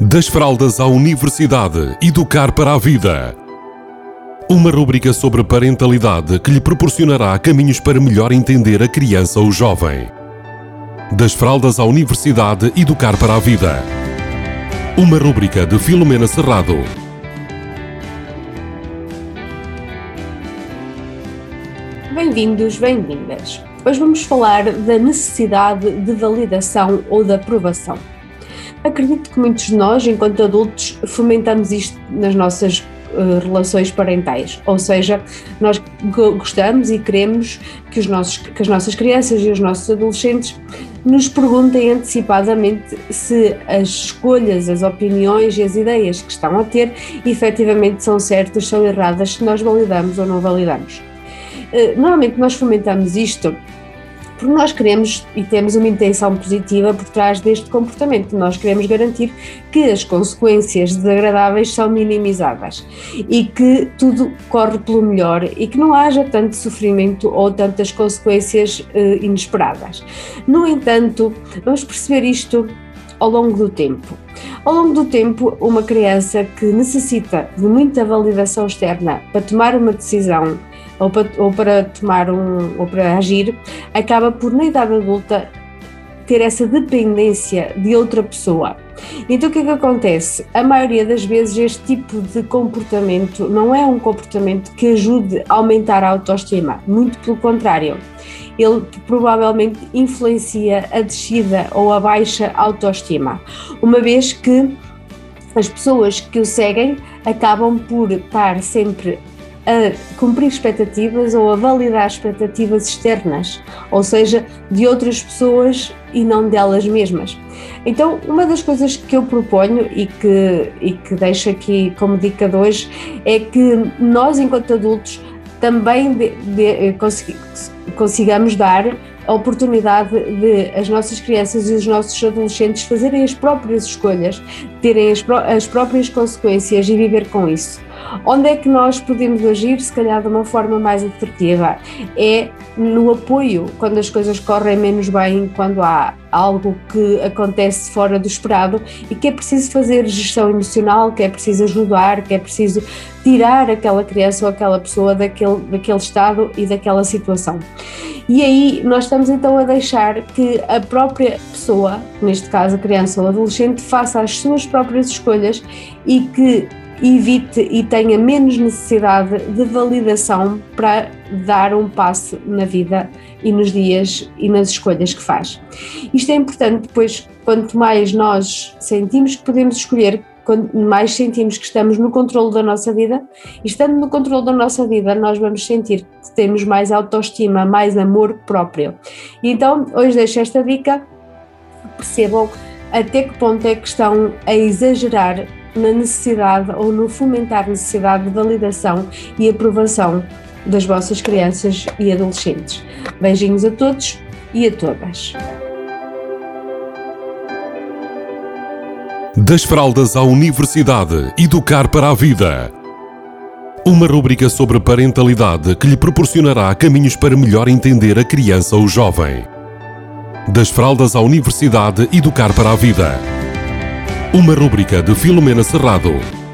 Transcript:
Das fraldas à universidade, educar para a vida. Uma rúbrica sobre parentalidade que lhe proporcionará caminhos para melhor entender a criança ou jovem. Das fraldas à universidade, educar para a vida. Uma rúbrica de Filomena Serrado. Bem-vindos, bem-vindas. Hoje vamos falar da necessidade de validação ou de aprovação. Acredito que muitos de nós, enquanto adultos, fomentamos isto nas nossas relações parentais, ou seja, nós gostamos e queremos que as nossas crianças e os nossos adolescentes nos perguntem antecipadamente se as escolhas, as opiniões e as ideias que estão a ter efetivamente são certas, são erradas, se nós validamos ou não validamos. Normalmente nós fomentamos isto porque nós queremos e temos uma intenção positiva por trás deste comportamento. Nós queremos garantir que as consequências desagradáveis são minimizadas e que tudo corre pelo melhor e que não haja tanto sofrimento ou tantas consequências inesperadas. No entanto, vamos perceber isto ao longo do tempo. Ao longo do tempo, uma criança que necessita de muita validação externa para tomar uma decisão ou para agir, acaba por, na idade adulta, ter essa dependência de outra pessoa. Então o que é que acontece? A maioria das vezes este tipo de comportamento não é um comportamento que ajude a aumentar a autoestima, muito pelo contrário. Ele provavelmente influencia a descida ou a baixa autoestima, uma vez que as pessoas que o seguem acabam por estar sempre a cumprir expectativas ou a validar expectativas externas, ou seja, de outras pessoas e não delas mesmas. Então, uma das coisas que eu proponho e que deixo aqui como dica de hoje é que nós, enquanto adultos, também consigamos dar a oportunidade de as nossas crianças e os nossos adolescentes fazerem as próprias escolhas, terem as próprias consequências e viver com isso. Onde é que nós podemos agir, se calhar de uma forma mais assertiva? É no apoio, quando as coisas correm menos bem, quando há algo que acontece fora do esperado e que é preciso fazer gestão emocional, que é preciso ajudar, que é preciso tirar aquela criança ou aquela pessoa daquele estado e daquela situação. E aí nós estamos então a deixar que a própria pessoa, neste caso a criança ou adolescente, faça as suas próprias escolhas e que evite e tenha menos necessidade de validação para dar um passo na vida e nos dias e nas escolhas que faz. Isto é importante, pois quanto mais nós sentimos que podemos escolher, quanto mais sentimos que estamos no controle da nossa vida, e estando no controle da nossa vida, nós vamos sentir que temos mais autoestima, mais amor próprio. E então, hoje deixo esta dica, percebam até que ponto é que estão a exagerar na necessidade ou no fomentar necessidade de validação e aprovação das vossas crianças e adolescentes. Beijinhos a todos e a todas. Das fraldas à universidade, educar para a vida. Uma rúbrica sobre parentalidade que lhe proporcionará caminhos para melhor entender a criança ou jovem. Das fraldas à universidade, educar para a vida. Uma rúbrica de Filomena Serrado.